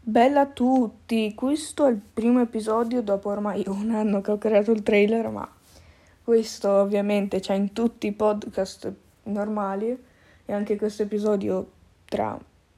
Bella a tutti, questo è il primo episodio dopo ormai un anno che ho creato il trailer, ma questo ovviamente c'è in tutti i podcast normali e anche questo episodio tra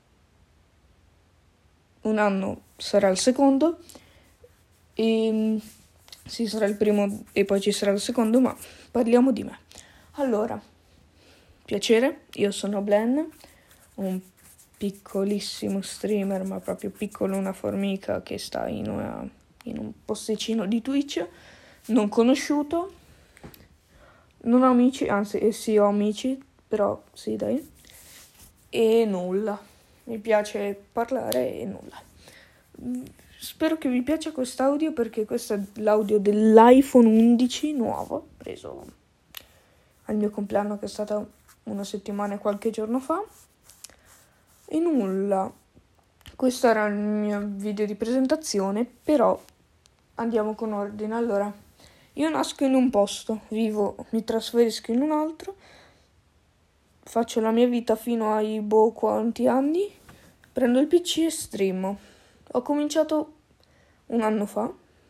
un anno sarà il secondo e sì, sarà il primo e poi ci sarà il secondo, ma parliamo di me. Allora, piacere, io sono Blen, un piccolissimo streamer, ma proprio piccolo, una formica che sta in un posticino di Twitch, non conosciuto, non ho amici, anzi sì ho amici, però sì dai, e nulla, mi piace parlare e nulla. Spero che vi piaccia quest'audio perché questo è l'audio dell'iPhone 11 nuovo, preso al mio compleanno che è stata una settimana e qualche giorno fa. E nulla, questo era il mio video di presentazione, però andiamo con ordine. Allora, io nasco in un posto, vivo, mi trasferisco in un altro, faccio la mia vita fino ai quanti anni, prendo il PC e streamo. Ho cominciato un anno fa,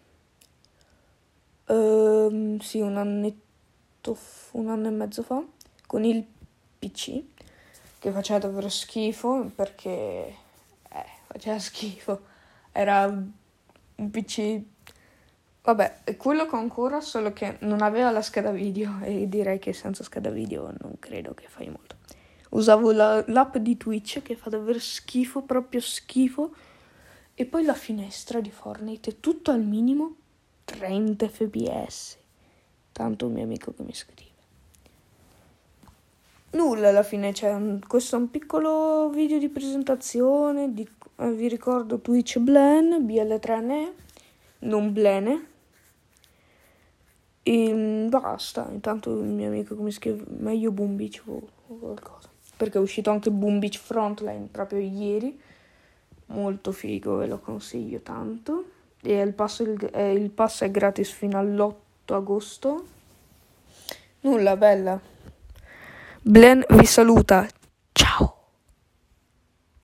sì, un anno e mezzo fa, con il PC, che faceva davvero schifo perché faceva schifo. Era un PC, vabbè, è quello che ho ancora, solo che non aveva la scheda video e direi che senza scheda video non credo che fai molto. Usavo l'app di Twitch che fa davvero schifo, proprio schifo, e poi la finestra di Fortnite, tutto al minimo, 30 fps. Tanto un mio amico che mi scrive. Nulla alla fine, questo è un piccolo video di presentazione, vi ricordo Twitch Blen, BL3NE, non Blene, e basta. Intanto il mio amico che mi scrive meglio Boom Beach o qualcosa, perché è uscito anche Boom Beach Frontline proprio ieri, molto figo, ve lo consiglio tanto, e il pass è gratis fino all'8 agosto. Nulla, bella. Blen vi saluta,